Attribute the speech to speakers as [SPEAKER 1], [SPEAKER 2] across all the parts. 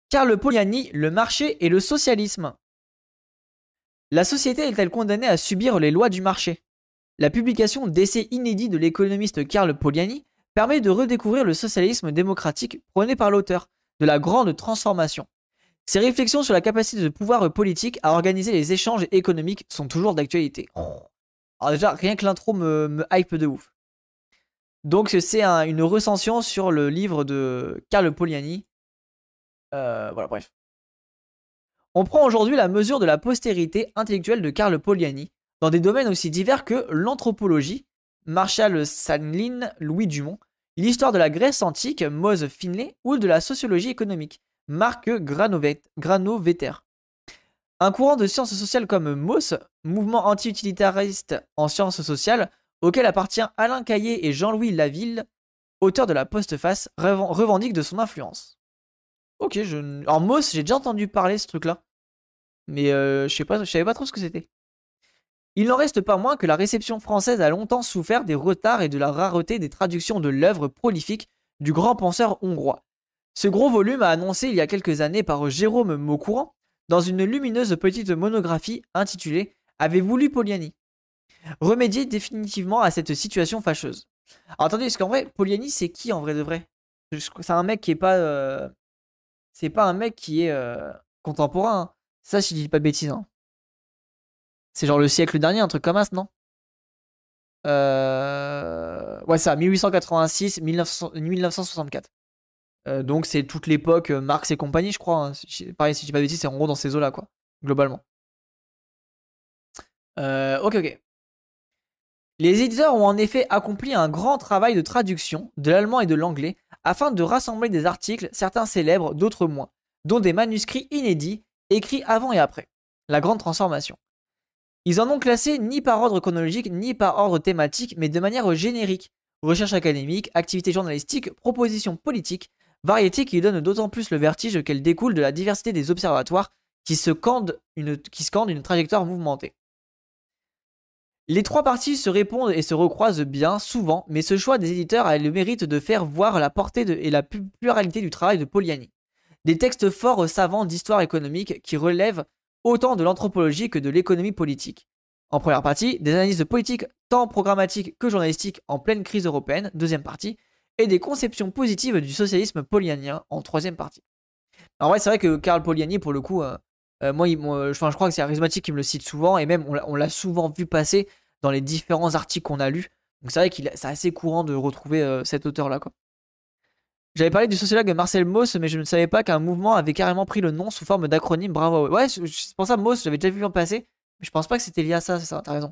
[SPEAKER 1] Carlo Polanyi, le marché et le socialisme. La société est-elle condamnée à subir les lois du marché? La publication d'essais inédits de l'économiste Carlo Polanyi permet de redécouvrir le socialisme démocratique prôné par l'auteur de la grande transformation. Ses réflexions sur la capacité de pouvoir politique à organiser les échanges économiques sont toujours d'actualité. Alors déjà, rien que l'intro me hype de ouf. Donc c'est une recension sur le livre de Carlo Polanyi. Voilà, bref. On prend aujourd'hui la mesure de la postérité intellectuelle de Carlo Polanyi dans des domaines aussi divers que l'anthropologie, Marshall Sandlin, Louis Dumont, l'histoire de la Grèce antique, Mose Finlay, ou de la sociologie économique, Marc Granovetter. Un courant de sciences sociales comme MOS, mouvement anti-utilitariste en sciences sociales, auquel appartient Alain Caillé et Jean-Louis Laville, auteur de la postface, revendique de son influence. Ok, alors MOS, j'ai déjà entendu parler de ce truc-là. Mais je savais pas trop ce que c'était. Il n'en reste pas moins que la réception française a longtemps souffert des retards et de la rareté des traductions de l'œuvre prolifique du grand penseur hongrois. Ce gros volume a annoncé il y a quelques années par Jérôme Maucourant, dans une lumineuse petite monographie intitulée Avez-vous lu Polanyi? Remédier définitivement à cette situation fâcheuse. Alors attendez, parce qu'en vrai, Polanyi, c'est qui en vrai de vrai? C'est un mec qui est pas. C'est pas un mec qui est contemporain, hein. Ça, si je dis pas de bêtises, hein. C'est genre le siècle dernier, un truc comme ça, non? Ouais, ça, 1886-1964. Donc c'est toute l'époque Marx et compagnie, je crois, hein. Pareil, si je dis pas de bêtises, c'est en gros dans ces eaux-là, quoi, globalement. Ok, ok. Les éditeurs ont en effet accompli un grand travail de traduction de l'allemand et de l'anglais afin de rassembler des articles, certains célèbres, d'autres moins, dont des manuscrits inédits, écrits avant et après la grande transformation. Ils en ont classé ni par ordre chronologique ni par ordre thématique, mais de manière générique. Recherche académique, activité journalistique, propositions politiques, variété qui donne d'autant plus le vertige qu'elle découle de la diversité des observatoires qui scandent une trajectoire mouvementée. Les trois parties se répondent et se recroisent bien, souvent, mais ce choix des éditeurs a le mérite de faire voir la portée et la pluralité du travail de Polanyi. Des textes forts savants d'histoire économique qui relèvent autant de l'anthropologie que de l'économie politique. En première partie, des analyses politiques tant programmatiques que journalistiques en pleine crise européenne, deuxième partie, et des conceptions positives du socialisme polanyen en troisième partie. En vrai, c'est vrai que Karl Polanyi, pour le coup, je crois que c'est Charismatique qui me le cite souvent, et même on l'a souvent vu passer dans les différents articles qu'on a lus. Donc c'est vrai que c'est assez courant de retrouver cet auteur-là, quoi. J'avais parlé du sociologue Marcel Mauss, mais je ne savais pas qu'un mouvement avait carrément pris le nom sous forme d'acronyme. Bravo. Ouais, c'est pour ça Mauss, j'avais déjà vu en passer, mais je pense pas que c'était lié à ça, c'est ça, t'as raison.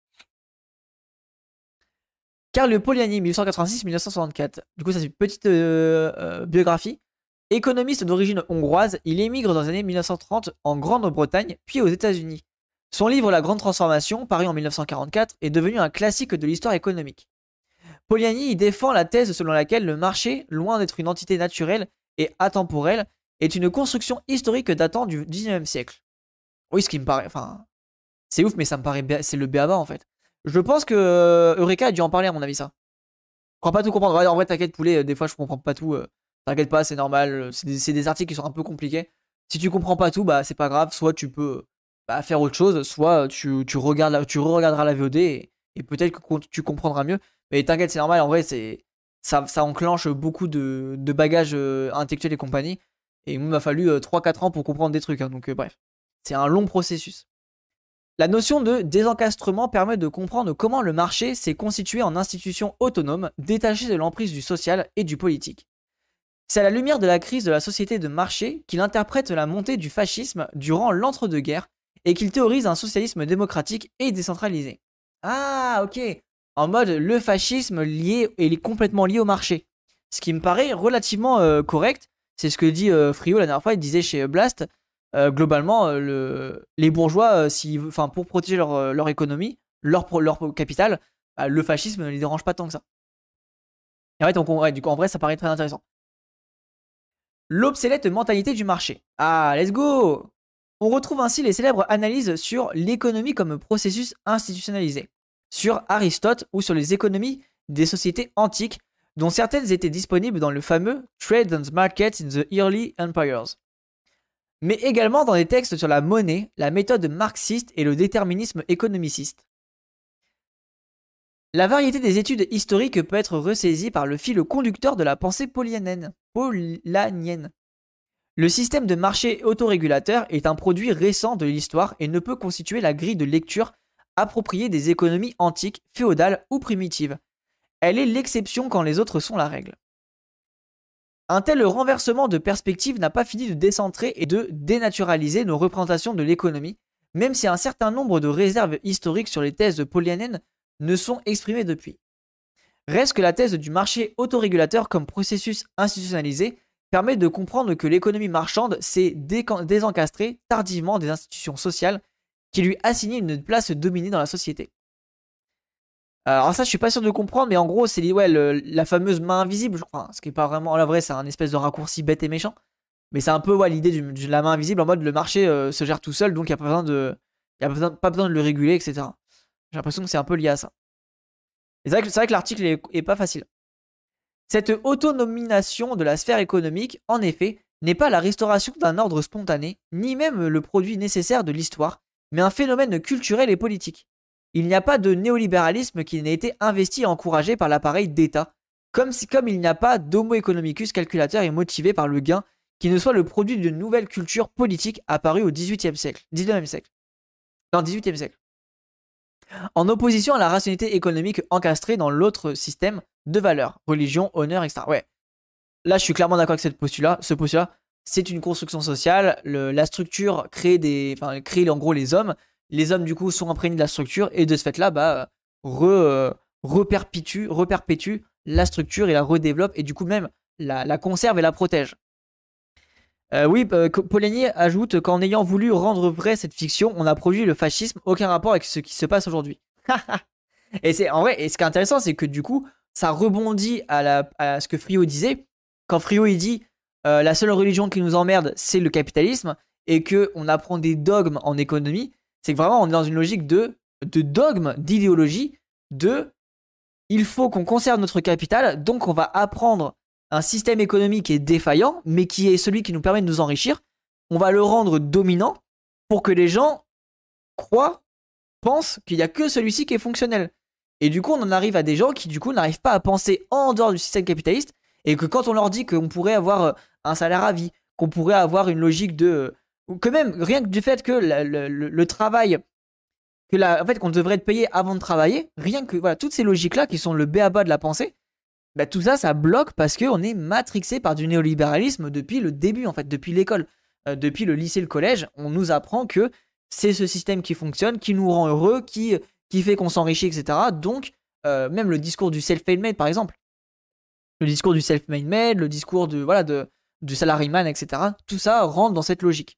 [SPEAKER 1] Karl Polanyi, 1886-1964. Du coup, ça c'est une petite biographie. Économiste d'origine hongroise, il émigre dans les années 1930 en Grande-Bretagne, puis aux États-Unis. Son livre La Grande Transformation, paru en 1944, est devenu un classique de l'histoire économique. Polanyi y défend la thèse selon laquelle le marché, loin d'être une entité naturelle et atemporelle, est une construction historique datant du 19e siècle. Oui, ce qui me paraît. Enfin, c'est ouf, mais ça me paraît. C'est le béaba en fait. Je pense que Eureka a dû en parler à mon avis, ça. Je crois pas tout comprendre. Ouais, en vrai, t'inquiète, poulet, des fois je comprends pas tout. T'inquiète pas, c'est normal. C'est des articles qui sont un peu compliqués. Si tu comprends pas tout, bah c'est pas grave. Soit tu peux faire autre chose, soit tu regardes tu re-regarderas la VOD et peut-être que tu comprendras mieux. Mais t'inquiète, c'est normal. En vrai, ça enclenche beaucoup de bagages intellectuels et compagnie. Et il m'a fallu 3-4 ans pour comprendre des trucs, hein. Donc bref, c'est un long processus. La notion de désencastrement permet de comprendre comment le marché s'est constitué en institution autonome, détachée de l'emprise du social et du politique. C'est à la lumière de la crise de la société de marché qu'il interprète la montée du fascisme durant l'entre-deux-guerres et qu'il théorise un socialisme démocratique et décentralisé. Ah, ok. En mode, le fascisme est complètement lié au marché. Ce qui me paraît relativement correct. C'est ce que dit Frio la dernière fois. Il disait chez Blast, globalement, les bourgeois, pour protéger leur économie, leur capital, le fascisme ne les dérange pas tant que ça. Et ouais, donc, du coup, en vrai, ça paraît très intéressant. L'obsolète mentalité du marché. Ah, let's go! On retrouve ainsi les célèbres analyses sur l'économie comme processus institutionnalisé, sur Aristote ou sur les économies des sociétés antiques, dont certaines étaient disponibles dans le fameux Trade and Market in the Early Empires. mais également dans des textes sur la monnaie, la méthode marxiste et le déterminisme économiciste. La variété des études historiques peut être ressaisie par le fil conducteur de la pensée polannienne. Le système de marché autorégulateur est un produit récent de l'histoire et ne peut constituer la grille de lecture appropriée des économies antiques, féodales ou primitives. Elle est l'exception quand les autres sont la règle. Un tel renversement de perspective n'a pas fini de décentrer et de dénaturaliser nos représentations de l'économie, même si un certain nombre de réserves historiques sur les thèses polanniennes ne sont exprimées depuis. Reste que la thèse du marché autorégulateur comme processus institutionnalisé permet de comprendre que l'économie marchande s'est désencastrée tardivement des institutions sociales qui lui assignaient une place dominée dans la société. Alors ça, je suis pas sûr de comprendre, mais en gros, c'est la fameuse main invisible, je crois. Ce qui est pas vraiment, la vraie, c'est un espèce de raccourci bête et méchant. Mais c'est un peu l'idée de la main invisible en mode le marché se gère tout seul, donc il n'y a pas besoin de le réguler, etc. J'ai l'impression que c'est un peu lié à ça. Et c'est vrai que l'article est pas facile. Cette autonomination de la sphère économique, en effet, n'est pas la restauration d'un ordre spontané, ni même le produit nécessaire de l'histoire, mais un phénomène culturel et politique. Il n'y a pas de néolibéralisme qui n'ait été investi et encouragé par l'appareil d'État, comme il n'y a pas d'homo economicus calculateur et motivé par le gain qui ne soit le produit d'une nouvelle culture politique apparue au XVIIIe siècle. Non, XVIIIe siècle. En opposition à la rationalité économique encastrée dans l'autre système de valeurs, religion, honneur, etc. Ouais, là je suis clairement d'accord avec ce postulat. C'est une construction sociale, la structure crée en gros les hommes du coup sont imprégnés de la structure et de ce fait là reperpétue la structure et la redéveloppe et du coup même la conserve et la protège. Polanyi ajoute qu'en ayant voulu rendre vrai cette fiction, on a produit le fascisme, aucun rapport avec ce qui se passe aujourd'hui. Et c'est en vrai, et ce qui est intéressant, c'est que du coup, ça rebondit à ce que Friot disait. Quand Friot il dit la seule religion qui nous emmerde, c'est le capitalisme, et que on apprend des dogmes en économie, c'est que vraiment on est dans une logique de dogme, d'idéologie, il faut qu'on conserve notre capital, donc on va apprendre un système économique qui est défaillant, mais qui est celui qui nous permet de nous enrichir. On va le rendre dominant pour que les gens pensent qu'il n'y a que celui-ci qui est fonctionnel. Et du coup, on en arrive à des gens qui, du coup, n'arrivent pas à penser en dehors du système capitaliste et que quand on leur dit qu'on pourrait avoir un salaire à vie, qu'on pourrait avoir une logique ou que même, rien que du fait que le travail, en fait, qu'on devrait être payé avant de travailler, rien que, voilà, toutes ces logiques-là qui sont le b.a.-ba de la pensée, bah, tout ça, ça bloque parce qu'on est matrixé par du néolibéralisme depuis le début, en fait, depuis l'école. Depuis le lycée, le collège, on nous apprend que c'est ce système qui fonctionne, qui nous rend heureux, qui fait qu'on s'enrichit, etc. Donc, même le discours du self-made man, par exemple. Le discours du self-made man, le discours du salaryman, etc. Tout ça rentre dans cette logique.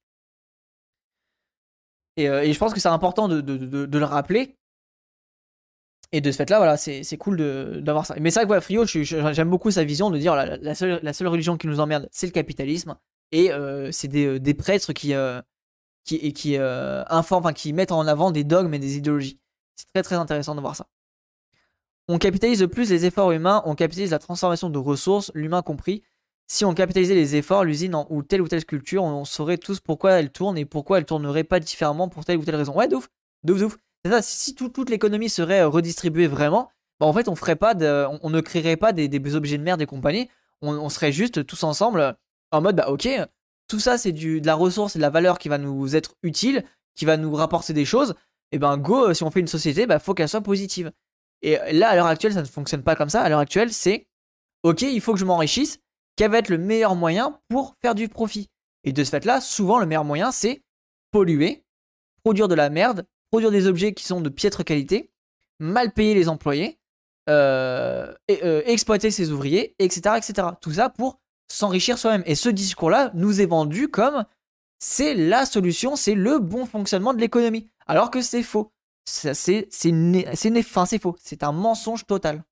[SPEAKER 1] Et je pense que c'est important de le rappeler. Et de ce fait-là, voilà, c'est cool d'avoir ça. Mais c'est vrai que voilà, Friot, j'aime beaucoup sa vision de dire la seule religion qui nous emmerde, c'est le capitalisme. Et c'est des prêtres qui informent, qui mettent en avant des dogmes et des idéologies. C'est très très intéressant de voir ça. On capitalise plus les efforts humains, on capitalise la transformation de ressources, l'humain compris. Si on capitalisait les efforts, l'usine ou telle sculpture, on saurait tous pourquoi elle tourne et pourquoi elle tournerait pas différemment pour telle ou telle raison. Ouais, de ouf. C'est ça, si toute l'économie serait redistribuée vraiment, bah en fait on ne créerait pas des objets de merde et compagnie, on serait juste tous ensemble en mode bah ok, tout ça c'est de la ressource et de la valeur qui va nous être utile, qui va nous rapporter des choses, et ben go, si on fait une société, bah faut qu'elle soit positive. Et là à l'heure actuelle ça ne fonctionne pas comme ça, à l'heure actuelle c'est ok, il faut que je m'enrichisse, quel va être le meilleur moyen pour faire du profit. Et de ce fait là, souvent le meilleur moyen c'est polluer, produire de la merde, produire des objets qui sont de piètre qualité, mal payer les employés, exploiter ses ouvriers, etc., etc. Tout ça pour s'enrichir soi-même. Et ce discours-là nous est vendu comme c'est la solution, c'est le bon fonctionnement de l'économie. Alors que c'est faux. C'est faux. C'est un mensonge total.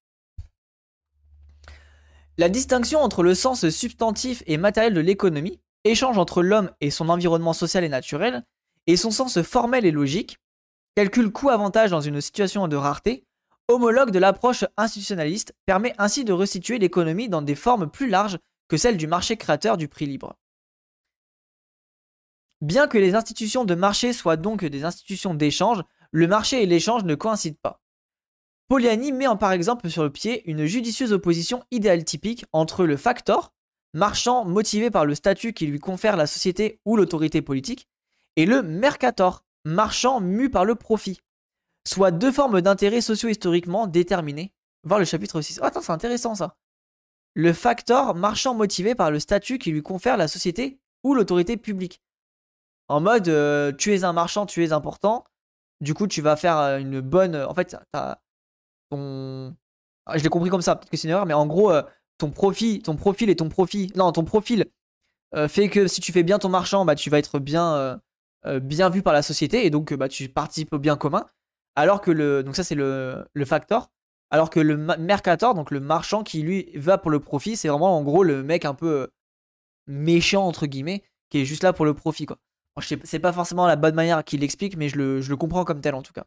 [SPEAKER 1] La distinction entre le sens substantif et matériel de l'économie, échange entre l'homme et son environnement social et naturel, et son sens formel et logique, calcul coût-avantage dans une situation de rareté, homologue de l'approche institutionnaliste, permet ainsi de resituer l'économie dans des formes plus larges que celles du marché créateur du prix libre. Bien que les institutions de marché soient donc des institutions d'échange, le marché et l'échange ne coïncident pas. Polanyi met par exemple sur le pied une judicieuse opposition idéale typique entre le factor, marchand motivé par le statut qui lui confère la société ou l'autorité politique, et le mercator, marchand mu par le profit, soit deux formes d'intérêts socio-historiquement déterminées. Voir le chapitre 6. Oh, attends, c'est intéressant ça. Le factor, marchand motivé par le statut qui lui confère la société ou l'autorité publique. En mode, tu es un marchand, tu es important. Du coup, tu vas faire une bonne. En fait, t'as ton. Ah, je l'ai compris comme ça, peut-être que c'est une erreur, mais en gros, ton profil et ton profit. Non, ton profil fait que si tu fais bien ton marchand, bah, tu vas être bien vu par la société et donc bah, tu participes au bien commun. Alors que le. Donc, ça, c'est le factor. Alors que le mercator, donc le marchand qui lui va pour le profit, c'est vraiment en gros le mec un peu méchant, entre guillemets, qui est juste là pour le profit, quoi. Alors, c'est pas forcément la bonne manière qu'il l'explique, mais je le comprends comme tel en tout cas.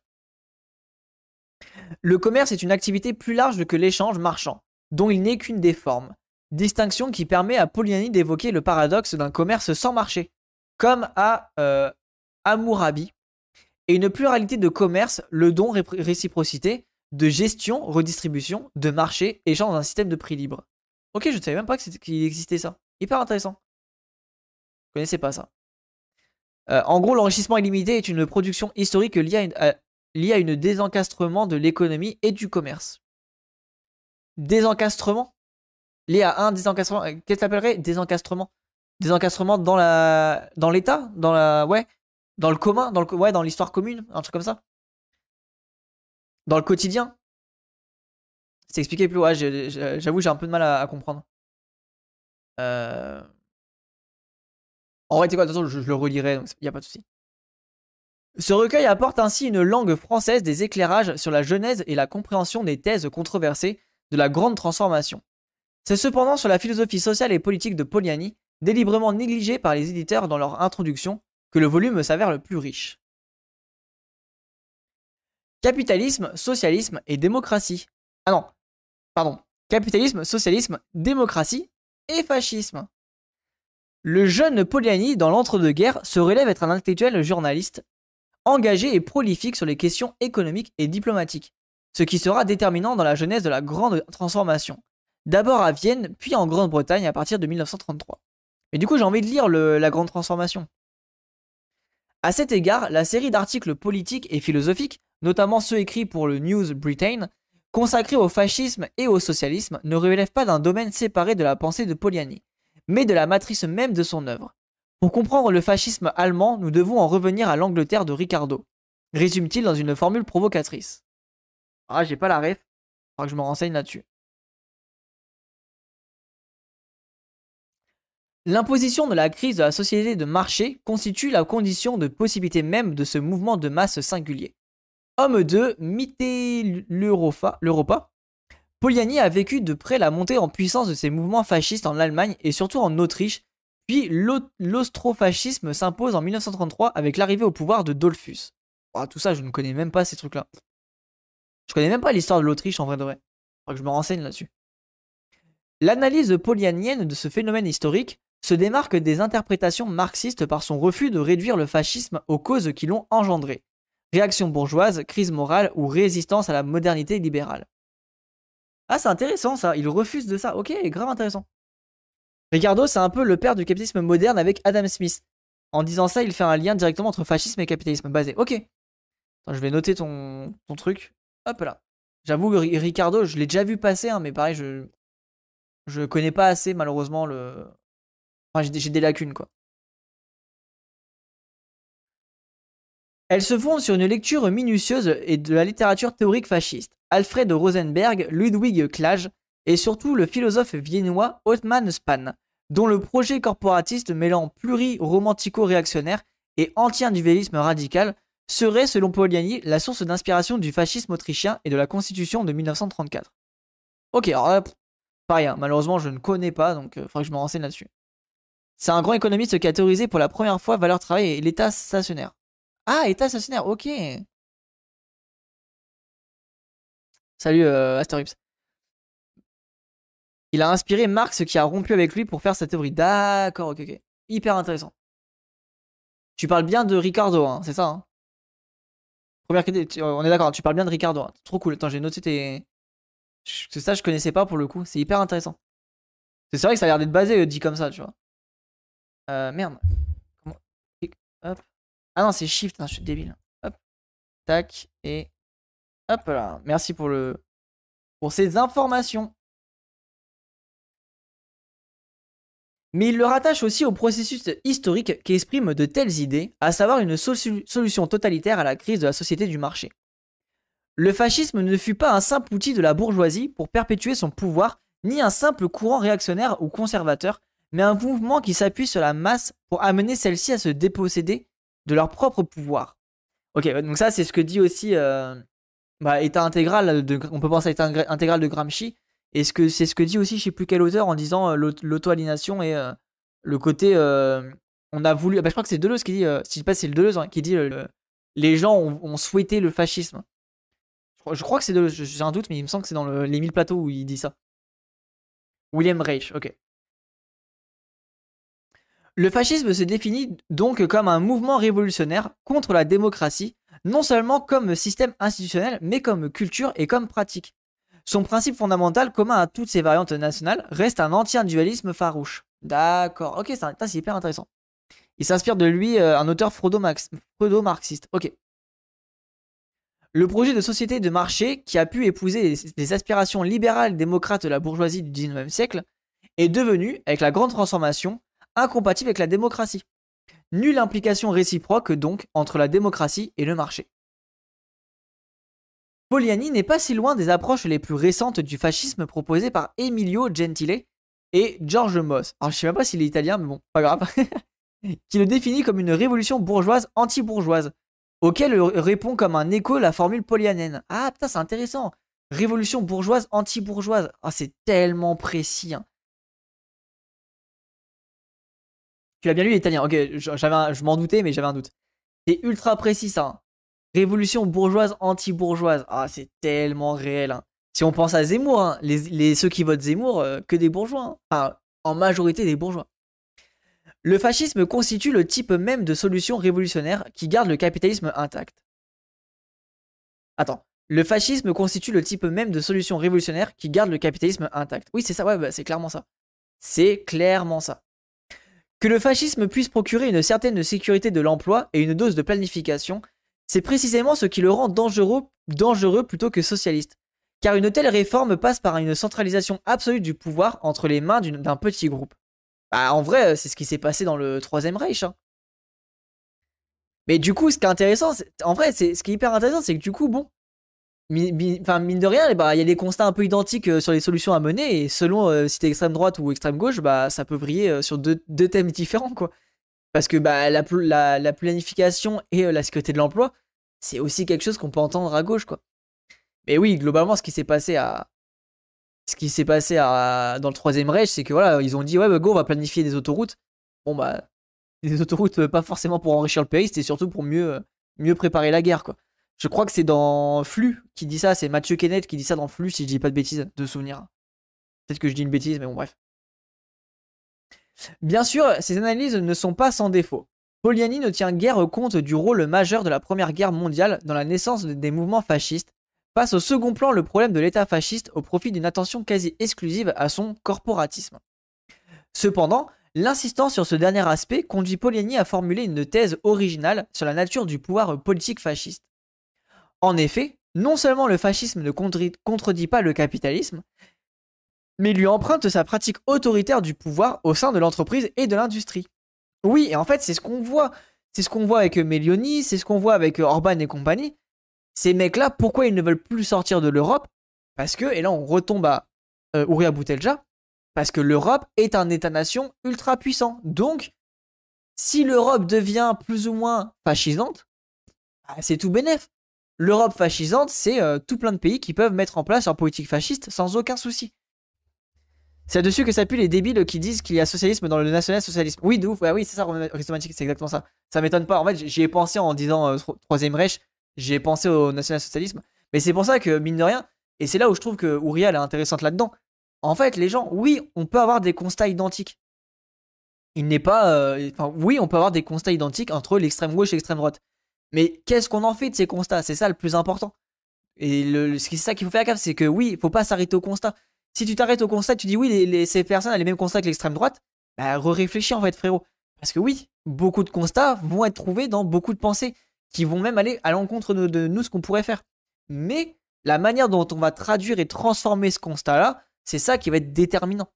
[SPEAKER 1] Le commerce est une activité plus large que l'échange marchand, dont il n'est qu'une des formes. Distinction qui permet à Polanyi d'évoquer le paradoxe d'un commerce sans marché, comme à Hammurabi, et une pluralité de commerces, le don, réciprocité, de gestion, redistribution, de marché, échange dans un système de prix libre. Ok, je ne savais même pas qu'il existait ça. Hyper intéressant. Je connaissais pas ça. En gros, l'enrichissement illimité est une production historique liée à une désencastrement de l'économie et du commerce. Désencastrement lié à un désencastrement. Qu'est-ce que tu appellerais désencastrement? Désencastrement dans l'état, ouais, dans le commun, ouais, dans l'histoire commune, un truc comme ça. Dans le quotidien. C'est expliqué plus. Ouais, j'avoue, j'ai un peu de mal à comprendre. En vrai, tu sais quoi, de toute façon, je le relirai, donc il n'y a pas de souci. Ce recueil apporte ainsi une langue française des éclairages sur la genèse et la compréhension des thèses controversées de la grande transformation. C'est cependant sur la philosophie sociale et politique de Polanyi, délibérément négligée par les éditeurs dans leur introduction, que le volume s'avère le plus riche. Capitalisme, socialisme et démocratie. Ah non, pardon. Capitalisme, socialisme, démocratie et fascisme. Le jeune Polanyi, dans l'entre-deux-guerres, se relève être un intellectuel journaliste, engagé et prolifique sur les questions économiques et diplomatiques, ce qui sera déterminant dans la genèse de la grande transformation. D'abord à Vienne, puis en Grande-Bretagne à partir de 1933. Et du coup, j'ai envie de lire la grande transformation. À cet égard, la série d'articles politiques et philosophiques, notamment ceux écrits pour le News Britain, consacrés au fascisme et au socialisme, ne relèvent pas d'un domaine séparé de la pensée de Polanyi, mais de la matrice même de son œuvre. Pour comprendre le fascisme allemand, nous devons en revenir à l'Angleterre de Ricardo, résume-t-il dans une formule provocatrice. Ah, j'ai pas la ref, faudra que je me renseigne là-dessus. L'imposition de la crise de la société de marché constitue la condition de possibilité même de ce mouvement de masse singulier. Homme de l'Europa, Polanyi a vécu de près la montée en puissance de ces mouvements fascistes en Allemagne et surtout en Autriche, puis l'austrofascisme s'impose en 1933 avec l'arrivée au pouvoir de Dollfuss. Oh, tout ça, je ne connais même pas ces trucs-là. Je connais même pas l'histoire de l'Autriche en vrai de vrai. Faudrait que je me renseigne là-dessus. L'analyse polyanienne de ce phénomène historique se démarque des interprétations marxistes par son refus de réduire le fascisme aux causes qui l'ont engendré. Réaction bourgeoise, crise morale ou résistance à la modernité libérale. Ah, c'est intéressant ça, il refuse de ça. Ok, grave intéressant. Ricardo, c'est un peu le père du capitalisme moderne avec Adam Smith. En disant ça, il fait un lien directement entre fascisme et capitalisme basé. Ok. Attends, je vais noter ton truc. Hop là. J'avoue que Ricardo, je l'ai déjà vu passer, hein, mais pareil, je connais pas assez malheureusement le. Enfin, j'ai des lacunes quoi. Elle se fonde sur une lecture minutieuse et de la littérature théorique fasciste. Alfred Rosenberg, Ludwig Klage et surtout le philosophe viennois Othman Spahn, dont le projet corporatiste mêlant pluri-romantico-réactionnaire et anti-individualisme radical serait, selon Polanyi, la source d'inspiration du fascisme autrichien et de la constitution de 1934. Ok, alors là, pas rien. Malheureusement, je ne connais pas, donc il faudrait que je me renseigne là-dessus. C'est un grand économiste qui a théorisé pour la première fois valeur travail et l'état stationnaire. Ah, état stationnaire, ok. Salut Asterix. Il a inspiré Marx qui a rompu avec lui pour faire sa théorie. D'accord, ok, ok. Hyper intéressant. Tu parles bien de Ricardo, hein, c'est ça, hein? Première critique, on est d'accord, tu parles bien de Ricardo, hein. Trop cool. Attends, j'ai noté tes. Ça, je connaissais pas pour le coup. C'est hyper intéressant. C'est vrai que ça a l'air d'être basé, dit comme ça, tu vois. Merde. Comment... Hop. Ah non, c'est Shift, hein, je suis débile. Hop. Tac. Et. Hop là. Merci pour ces informations. Mais il le rattache aussi au processus historique qui exprime de telles idées, à savoir une solution totalitaire à la crise de la société du marché. Le fascisme ne fut pas un simple outil de la bourgeoisie pour perpétuer son pouvoir, ni un simple courant réactionnaire ou conservateur, mais un mouvement qui s'appuie sur la masse pour amener celle-ci à se déposséder de leur propre pouvoir. Ok, donc ça c'est ce que dit aussi état intégral, on peut penser à état intégral de Gramsci, et c'est ce que dit aussi je sais plus quel auteur en disant l'auto-aliénation et le côté on a voulu, je crois que c'est Deleuze qui dit, si je sais pas c'est le Deleuze hein, qui dit les gens ont souhaité le fascisme. Je crois que c'est Deleuze, j'ai un doute mais il me semble que c'est dans les 1000 plateaux où il dit ça. William Reich, ok. Le fascisme se définit donc comme un mouvement révolutionnaire contre la démocratie, non seulement comme système institutionnel, mais comme culture et comme pratique. Son principe fondamental, commun à toutes ses variantes nationales, reste un anti-individualisme farouche. D'accord, ok, c'est hyper intéressant. Il s'inspire de lui, un auteur freudo-marxiste. Ok. Le projet de société de marché, qui a pu épouser les aspirations libérales démocrates de la bourgeoisie du XIXe siècle, est devenu, avec la grande transformation, incompatible avec la démocratie. Nulle implication réciproque donc entre la démocratie et le marché. Poliani n'est pas si loin des approches les plus récentes du fascisme proposées par Emilio Gentile et George Moss. Alors je sais même pas s'il est italien, mais bon, pas grave. Qui le définit comme une révolution bourgeoise anti-bourgeoise, auquel répond comme un écho la formule polianienne. Ah putain, c'est intéressant. Révolution bourgeoise anti-bourgeoise. Ah, c'est tellement précis. Hein. Tu l'as bien lu l'italien. Ok, je m'en doutais, mais j'avais un doute. C'est ultra précis ça. Hein. Révolution bourgeoise anti-bourgeoise. Ah, c'est tellement réel. Hein. Si on pense à Zemmour, hein, ceux qui votent Zemmour, que des bourgeois. Hein. Enfin, en majorité des bourgeois. Le fascisme constitue le type même de solution révolutionnaire qui garde le capitalisme intact. Attends. Le fascisme constitue le type même de solution révolutionnaire qui garde le capitalisme intact. Oui, c'est ça, ouais, bah, c'est clairement ça. C'est clairement ça. Que le fascisme puisse procurer une certaine sécurité de l'emploi et une dose de planification, c'est précisément ce qui le rend dangereux plutôt que socialiste. Car une telle réforme passe par une centralisation absolue du pouvoir entre les mains d'un petit groupe. Bah, en vrai, c'est ce qui s'est passé dans le Troisième Reich. Hein. Mais du coup, ce qui est intéressant, en vrai, ce qui est hyper intéressant, c'est que du coup, bon, mine de rien, il y a des constats un peu identiques sur les solutions à mener, et selon si t'es extrême droite ou extrême gauche, bah, ça peut briller sur deux thèmes différents, quoi. Parce que bah, la planification et la sécurité de l'emploi, c'est aussi quelque chose qu'on peut entendre à gauche, quoi. Mais oui, globalement, dans le Troisième Reich, c'est que voilà, ils ont dit ouais, bah, go, on va planifier des autoroutes. Bon bah, des autoroutes pas forcément pour enrichir le pays, c'était surtout pour mieux préparer la guerre, quoi. Je crois que c'est dans Flux qui dit ça, c'est Mathieu Kenneth qui dit ça dans Flux, si je dis pas de bêtises, de souvenir. Peut-être que je dis une bêtise, mais bon, bref. Bien sûr, ces analyses ne sont pas sans défaut. Poliani ne tient guère compte du rôle majeur de la Première Guerre mondiale dans la naissance des mouvements fascistes, passe au second plan le problème de l'État fasciste au profit d'une attention quasi exclusive à son corporatisme. Cependant, l'insistance sur ce dernier aspect conduit Poliani à formuler une thèse originale sur la nature du pouvoir politique fasciste. En effet, non seulement le fascisme ne contredit pas le capitalisme, mais lui emprunte sa pratique autoritaire du pouvoir au sein de l'entreprise et de l'industrie. Oui, et en fait, c'est ce qu'on voit. C'est ce qu'on voit avec Meloni, c'est ce qu'on voit avec Orban et compagnie. Ces mecs-là, pourquoi ils ne veulent plus sortir de l'Europe? Parce que, et là on retombe à Ouria Boutelja, parce que l'Europe est un État-nation ultra puissant. Donc, si l'Europe devient plus ou moins fascisante, bah, c'est tout bénef. L'Europe fascisante, c'est tout plein de pays qui peuvent mettre en place leur politique fasciste sans aucun souci. C'est là-dessus que s'appuient les débiles qui disent qu'il y a socialisme dans le national-socialisme. Oui, de ouf, ouais, oui, c'est ça, Ristomatique, c'est exactement ça. Ça m'étonne pas. En fait, j'y ai pensé en disant Troisième Reich, j'ai pensé au national-socialisme. Mais c'est pour ça que, mine de rien, et c'est là où je trouve que Ouria elle est intéressante là-dedans. En fait, les gens, oui, on peut avoir des constats identiques. il n'est pas. Enfin, oui, on peut avoir des constats identiques entre l'extrême gauche et l'extrême droite. Mais qu'est-ce qu'on en fait de ces constats? C'est ça le plus important. Et c'est ça qu'il faut faire gaffe, c'est que oui, il faut pas s'arrêter au constat. Si tu t'arrêtes au constat, tu dis oui, ces personnes ont les mêmes constats que l'extrême droite, bah réfléchis en fait, frérot. Parce que oui, beaucoup de constats vont être trouvés dans beaucoup de pensées, qui vont même aller à l'encontre de nous, ce qu'on pourrait faire. Mais la manière dont on va traduire et transformer ce constat-là, c'est ça qui va être déterminant.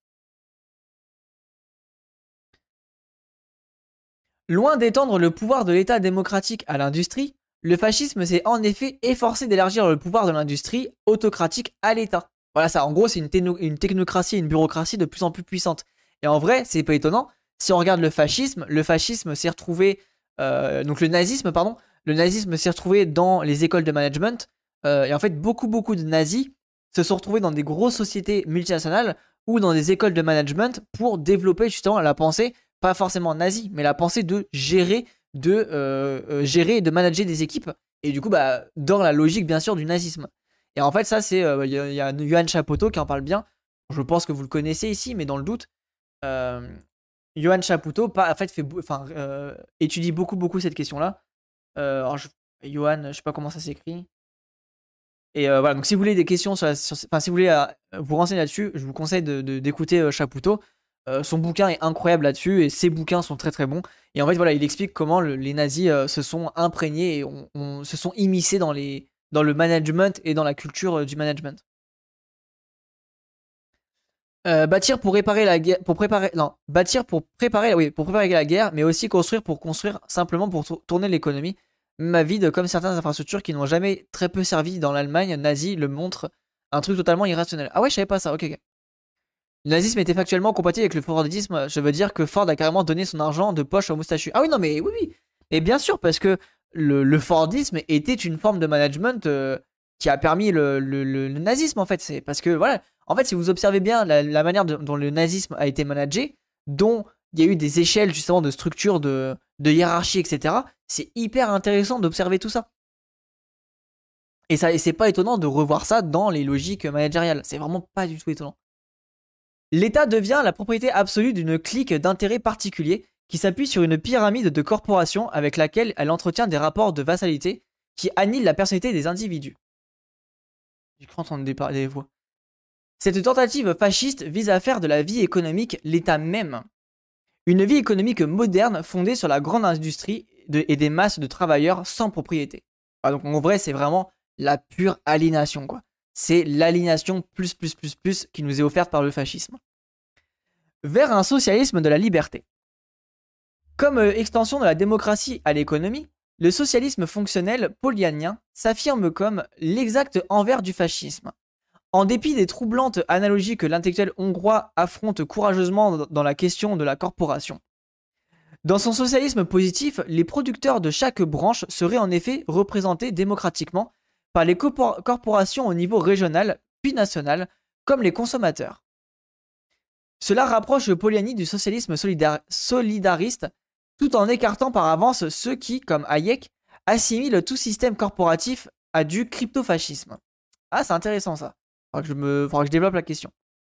[SPEAKER 1] Loin d'étendre le pouvoir de l'État démocratique à l'industrie, le fascisme s'est en effet efforcé d'élargir le pouvoir de l'industrie autocratique à l'État. Voilà ça, en gros c'est une technocratie et une bureaucratie de plus en plus puissante. Et en vrai, c'est pas étonnant, si on regarde le fascisme s'est retrouvé, donc le nazisme s'est retrouvé dans les écoles de management, et en fait beaucoup de nazis se sont retrouvés dans des grosses sociétés multinationales ou dans des écoles de management pour développer justement la pensée pas forcément nazi, mais la pensée de gérer et de manager des équipes. Et du coup, bah, dans la logique, bien sûr, du nazisme. Et en fait, ça, c'est. Y a Johan Chapoutot qui en parle bien. Je pense que vous le connaissez ici, mais dans le doute, euh, Johan Chapoutot, en fait, étudie beaucoup cette question-là. Johan, je sais pas comment ça s'écrit. Et voilà, donc si vous voulez des questions si vous voulez vous renseigner là-dessus, je vous conseille d'écouter Chapoutot. Son bouquin est incroyable là-dessus et ses bouquins sont très très bons. Et en fait, voilà, il explique comment les nazis se sont imprégnés et se sont immiscés dans le management et dans la culture du management. Bâtir pour réparer la guerre, pour préparer, non, bâtir pour préparer la guerre, mais aussi construire pour construire, simplement pour tourner l'économie. Ma vie, comme certaines infrastructures qui n'ont jamais très peu servi dans l'Allemagne nazie, le montre un truc totalement irrationnel. Ah ouais, je savais pas ça. Ok. Le nazisme était factuellement compatible avec le Fordisme. Je veux dire que Ford a carrément donné son argent de poche aux moustachus. Ah oui, non, mais oui. Et bien sûr, parce que le Fordisme était une forme de management qui a permis le nazisme, en fait. C'est parce que, voilà, en fait, si vous observez bien la manière dont le nazisme a été managé, dont il y a eu des échelles, justement, de structure, de hiérarchie, etc., c'est hyper intéressant d'observer tout ça. Et c'est pas étonnant de revoir ça dans les logiques managériales. C'est vraiment pas du tout étonnant. L'État devient la propriété absolue d'une clique d'intérêts particuliers qui s'appuie sur une pyramide de corporations avec laquelle elle entretient des rapports de vassalité qui annihilent la personnalité des individus. J'ai cru entendre des voix. Cette tentative fasciste vise à faire de la vie économique l'État même. Une vie économique moderne fondée sur la grande industrie et des masses de travailleurs sans propriété. Ah, donc en vrai, c'est vraiment la pure aliénation, quoi. C'est l'aliénation plus qui nous est offerte par le fascisme. Vers un socialisme de la liberté. Comme extension de la démocratie à l'économie, le socialisme fonctionnel paulianien s'affirme comme l'exact envers du fascisme. En dépit des troublantes analogies que l'intellectuel hongrois affronte courageusement dans la question de la corporation. Dans son socialisme positif, les producteurs de chaque branche seraient en effet représentés démocratiquement par les corporations au niveau régional puis national, comme les consommateurs. Cela rapproche Poliani du socialisme solidariste, tout en écartant par avance ceux qui, comme Hayek, assimilent tout système corporatif à du cryptofascisme. Ah, c'est intéressant ça. Faudra que je développe la question.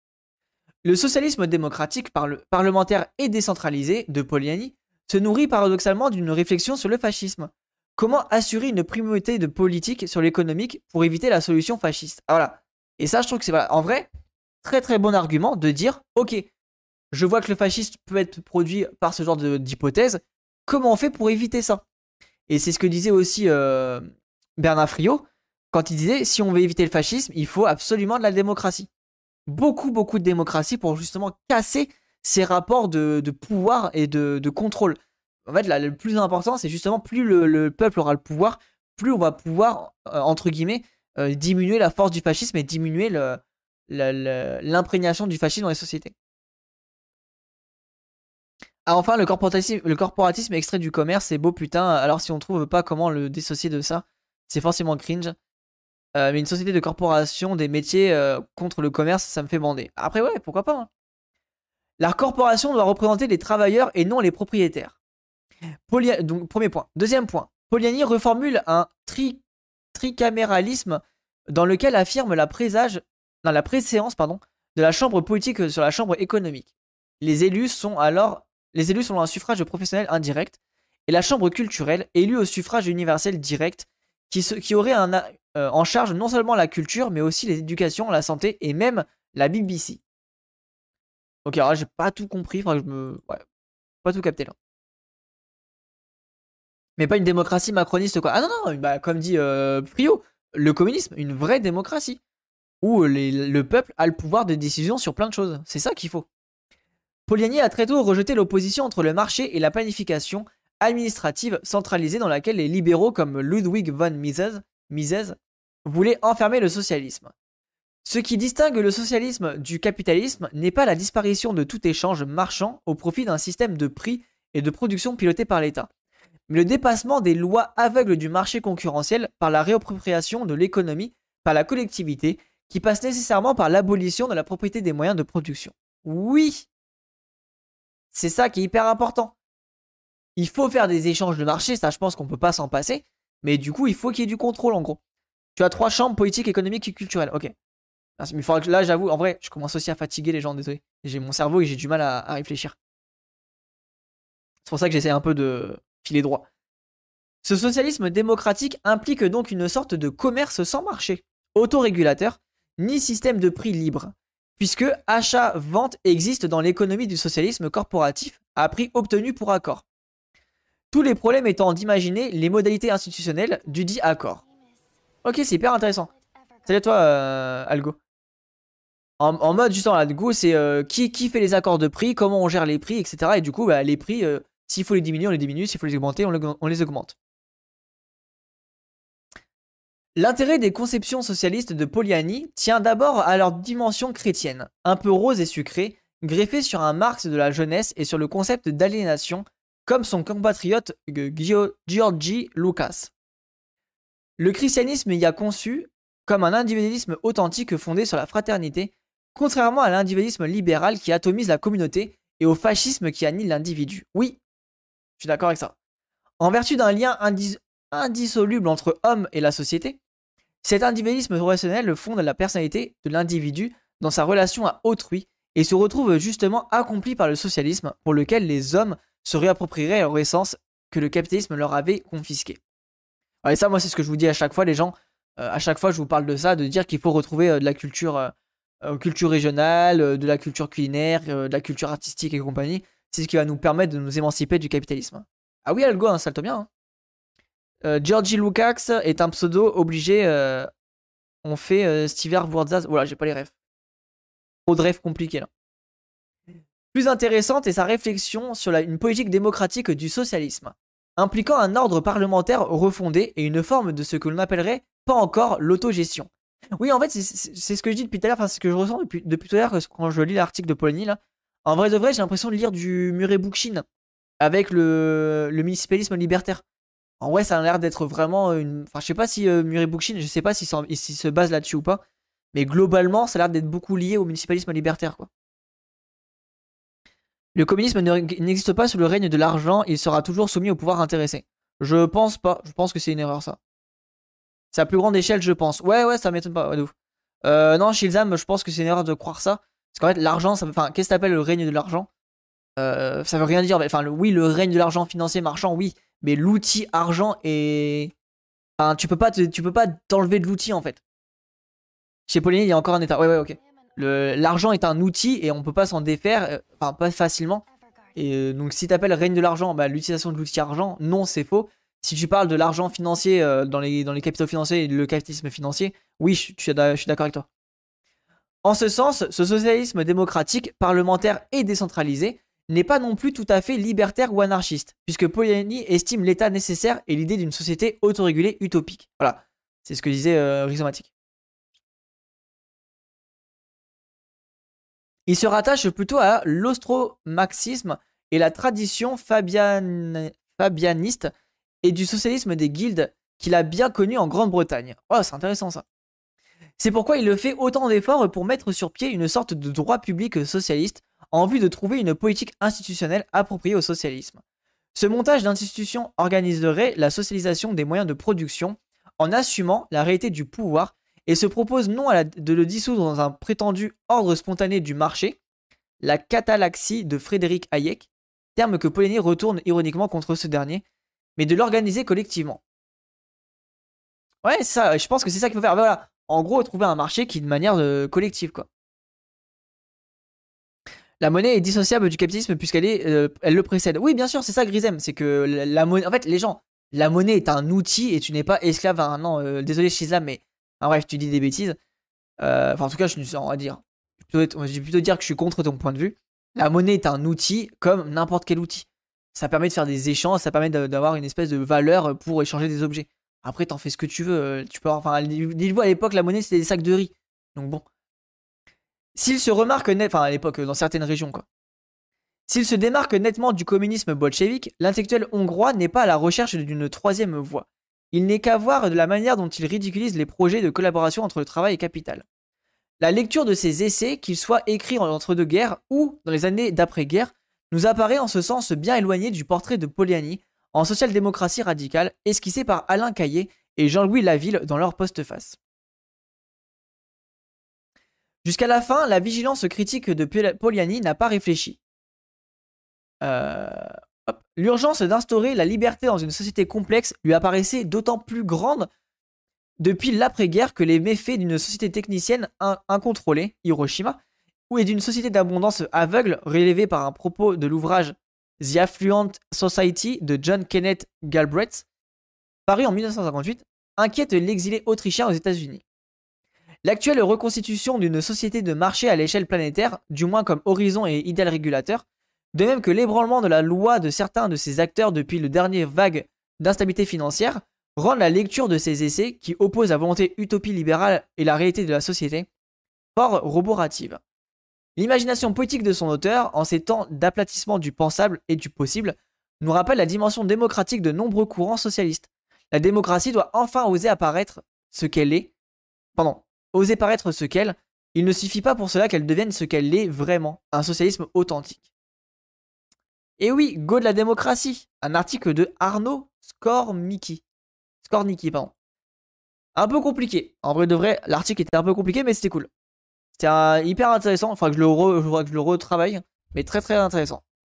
[SPEAKER 1] Le socialisme démocratique parlementaire et décentralisé de Poliani se nourrit paradoxalement d'une réflexion sur le fascisme. Comment assurer une primauté de politique sur l'économique pour éviter la solution fasciste? Ah, voilà. Et ça, je trouve que c'est voilà. En vrai, très très bon argument de dire ok, je vois que le fascisme peut être produit par ce genre d'hypothèse. Comment on fait pour éviter ça? Et c'est ce que disait aussi Bernard Friot quand il disait si on veut éviter le fascisme, il faut absolument de la démocratie. Beaucoup de démocratie pour justement casser ces rapports de pouvoir et de contrôle. En fait, là, le plus important, c'est justement plus le peuple aura le pouvoir, plus on va pouvoir, entre guillemets, diminuer la force du fascisme et diminuer l'imprégnation du fascisme dans les sociétés. Ah, enfin, le corporatisme extrait du commerce, c'est beau putain. Alors, si on trouve pas comment le dissocier de ça, c'est forcément cringe. Mais une société de corporation des métiers contre le commerce, ça me fait bander. Après, ouais, pourquoi pas, hein. La corporation doit représenter les travailleurs et non les propriétaires. Donc, premier point. Deuxième point. Poliani reformule un tricaméralisme dans lequel affirme la préséance de la chambre politique sur la chambre économique. Les élus sont alors les élus sont un suffrage professionnel indirect, et la chambre culturelle, élue au suffrage universel direct, qui aurait en charge non seulement la culture, mais aussi l'éducation, la santé et même la BBC. Ok, alors là, j'ai pas tout compris, faudrait que je me. Ouais, pas tout capté là. Mais pas une démocratie macroniste, quoi. Ah non, non, bah, comme dit Frio, le communisme, une vraie démocratie. Où le peuple a le pouvoir de décision sur plein de choses. C'est ça qu'il faut. Polanyi a très tôt rejeté l'opposition entre le marché et la planification administrative centralisée dans laquelle les libéraux comme Ludwig von Mises voulaient enfermer le socialisme. Ce qui distingue le socialisme du capitalisme n'est pas la disparition de tout échange marchand au profit d'un système de prix et de production piloté par l'État, mais le dépassement des lois aveugles du marché concurrentiel par la réappropriation de l'économie par la collectivité qui passe nécessairement par l'abolition de la propriété des moyens de production. Oui, c'est ça qui est hyper important. Il faut faire des échanges de marché, ça je pense qu'on peut pas s'en passer, mais du coup il faut qu'il y ait du contrôle en gros. Tu as 3 chambres politiques, économiques et culturelles, ok. Merci. Mais il faudra que là j'avoue, en vrai, je commence aussi à fatiguer les gens, désolé. J'ai mon cerveau et j'ai du mal à réfléchir. C'est pour ça que j'essaie un peu de filer droit. Ce socialisme démocratique implique donc une sorte de commerce sans marché, autorégulateur, ni système de prix libre, puisque achat-vente existe dans l'économie du socialisme corporatif à prix obtenu pour accord. Tous les problèmes étant d'imaginer les modalités institutionnelles du dit accord. Ok, c'est hyper intéressant. Salut à toi, Algo. En mode, justement, là, Go, c'est qui fait les accords de prix, comment on gère les prix, etc. Et du coup, bah, les prix, s'il faut les diminuer, on les diminue, s'il faut les augmenter, on les augmente. L'intérêt des conceptions socialistes de Polanyi tient d'abord à leur dimension chrétienne, un peu rose et sucrée, greffée sur un Marx de la jeunesse et sur le concept d'aliénation, comme son compatriote Georgi Lucas. Le christianisme y a conçu comme un individualisme authentique fondé sur la fraternité, contrairement à l'individualisme libéral qui atomise la communauté et au fascisme qui annihile l'individu. Oui, je suis d'accord avec ça. En vertu d'un lien indissoluble entre homme et la société, cet individualisme relationnel fonde la personnalité de l'individu dans sa relation à autrui et se retrouve justement accompli par le socialisme pour lequel les hommes se réapproprieraient leur essence que le capitalisme leur avait confisquée. Et ça, moi, c'est ce que je vous dis à chaque fois, les gens. À chaque fois, je vous parle de ça, de dire qu'il faut retrouver de la culture, culture régionale, de la culture culinaire, de la culture artistique et compagnie. C'est ce qui va nous permettre de nous émanciper du capitalisme. Ah oui, Algo, installe-toi bien. Hein. Georgi Lukács est un pseudo obligé. On fait Stiver Wurdzaz. Voilà, j'ai pas les rêves. Trop de rêves compliqués là. Plus intéressante est sa réflexion sur une politique démocratique du socialisme, impliquant un ordre parlementaire refondé et une forme de ce que l'on appellerait pas encore l'autogestion. Oui, en fait, c'est ce que je dis depuis tout à l'heure, enfin, c'est ce que je ressens depuis tout à l'heure quand je lis l'article de Polanyi là. En vrai de vrai, j'ai l'impression de lire du Murray Bookchin avec le municipalisme libertaire. En vrai, ça a l'air d'être vraiment une. Enfin, je sais pas si Murray Bookchin, je sais pas s'il se base là-dessus ou pas. Mais globalement, ça a l'air d'être beaucoup lié au municipalisme libertaire, quoi. Le communisme n'existe pas sous le règne de l'argent, il sera toujours soumis au pouvoir intéressé. Je pense pas, je pense que c'est une erreur ça. C'est à plus grande échelle, je pense. Ouais, ça m'étonne pas, ouais, de ouf. Non, Shilzam, je pense que c'est une erreur de croire ça. Parce qu'en fait, l'argent, enfin, qu'est-ce que t'appelles le règne de l'argent? Ça veut rien dire. Enfin, oui, le règne de l'argent financier marchand, oui. Mais l'outil argent est. Enfin, tu peux pas t'enlever de l'outil en fait. Chez Poligny, il y a encore un état. Ouais, ok. L'argent est un outil et on peut pas s'en défaire, enfin pas facilement. Et donc si t'appelles règne de l'argent, bah, l'utilisation de l'outil argent, non, c'est faux. Si tu parles de l'argent financier dans les capitaux financiers et le capitalisme financier, oui, je suis d'accord avec toi. En ce sens, ce socialisme démocratique, parlementaire et décentralisé n'est pas non plus tout à fait libertaire ou anarchiste, puisque Polanyi estime l'état nécessaire et l'idée d'une société autorégulée utopique. Voilà, c'est ce que disait Rhizomatique. Il se rattache plutôt à l'austromarxisme et la tradition fabianiste et du socialisme des guildes qu'il a bien connu en Grande-Bretagne. Oh, c'est intéressant ça. C'est pourquoi il fait autant d'efforts pour mettre sur pied une sorte de droit public socialiste en vue de trouver une politique institutionnelle appropriée au socialisme. Ce montage d'institutions organiserait la socialisation des moyens de production en assumant la réalité du pouvoir et se propose non de le dissoudre dans un prétendu ordre spontané du marché, la catalaxie de Frédéric Hayek, terme que Polanyi retourne ironiquement contre ce dernier, mais de l'organiser collectivement. Ouais, ça, je pense que c'est ça qu'il faut faire. Voilà. En gros, trouver un marché qui est de manière collective, quoi. La monnaie est dissociable du capitalisme puisqu'elle elle le précède. Oui, bien sûr, c'est ça, Grisem. C'est que la monnaie. En fait, les gens, la monnaie est un outil et tu n'es pas esclave à un. Non, désolé, Shizam, mais. Ah, bref, tu dis des bêtises. Enfin, en tout cas, on va dire. Je vais plutôt dire que je suis contre ton point de vue. La monnaie est un outil comme n'importe quel outil. Ça permet de faire des échanges, ça permet d'avoir une espèce de valeur pour échanger des objets. Après, t'en fais ce que tu veux. Tu peux avoir. Enfin, dites-vous, à l'époque, la monnaie, c'était des sacs de riz. Donc bon. S'il se remarque net, enfin à l'époque dans certaines régions quoi. S'il se démarque nettement du communisme bolchevique, l'intellectuel hongrois n'est pas à la recherche d'une troisième voie. Il n'est qu'à voir de la manière dont il ridiculise les projets de collaboration entre le travail et capital. La lecture de ses essais, qu'ils soient écrits entre deux guerres ou dans les années d'après-guerre, nous apparaît en ce sens bien éloigné du portrait de Polanyi en social-démocratie radicale esquissé par Alain Caillé et Jean-Louis Laville dans leur postface. Jusqu'à la fin, la vigilance critique de Polanyi n'a pas réfléchi. Euh, L'urgence d'instaurer la liberté dans une société complexe lui apparaissait d'autant plus grande depuis l'après-guerre que les méfaits d'une société technicienne incontrôlée, Hiroshima, ou et d'une société d'abondance aveugle, relevée par un propos de l'ouvrage The Affluent Society de John Kenneth Galbraith, paru en 1958, inquiètent l'exilé autrichien aux États-Unis. L'actuelle reconstitution d'une société de marché à l'échelle planétaire, du moins comme horizon et idéal régulateur, de même que l'ébranlement de la loi de certains de ses acteurs depuis le dernier vague d'instabilité financière, rend la lecture de ces essais, qui opposent la volonté utopie libérale et la réalité de la société, fort roborative. L'imagination poétique de son auteur, en ces temps d'aplatissement du pensable et du possible, nous rappelle la dimension démocratique de nombreux courants socialistes. La démocratie doit enfin oser apparaître ce qu'elle est. Oser paraître ce qu'elle, il ne suffit pas pour cela qu'elle devienne ce qu'elle est vraiment, un socialisme authentique. Et oui, go de la démocratie, un article de Arnaud Skornicki, pardon. Un peu compliqué, en vrai de vrai, l'article était un peu compliqué, mais c'était cool. C'était hyper intéressant, enfin que je le retravaille, mais très très intéressant.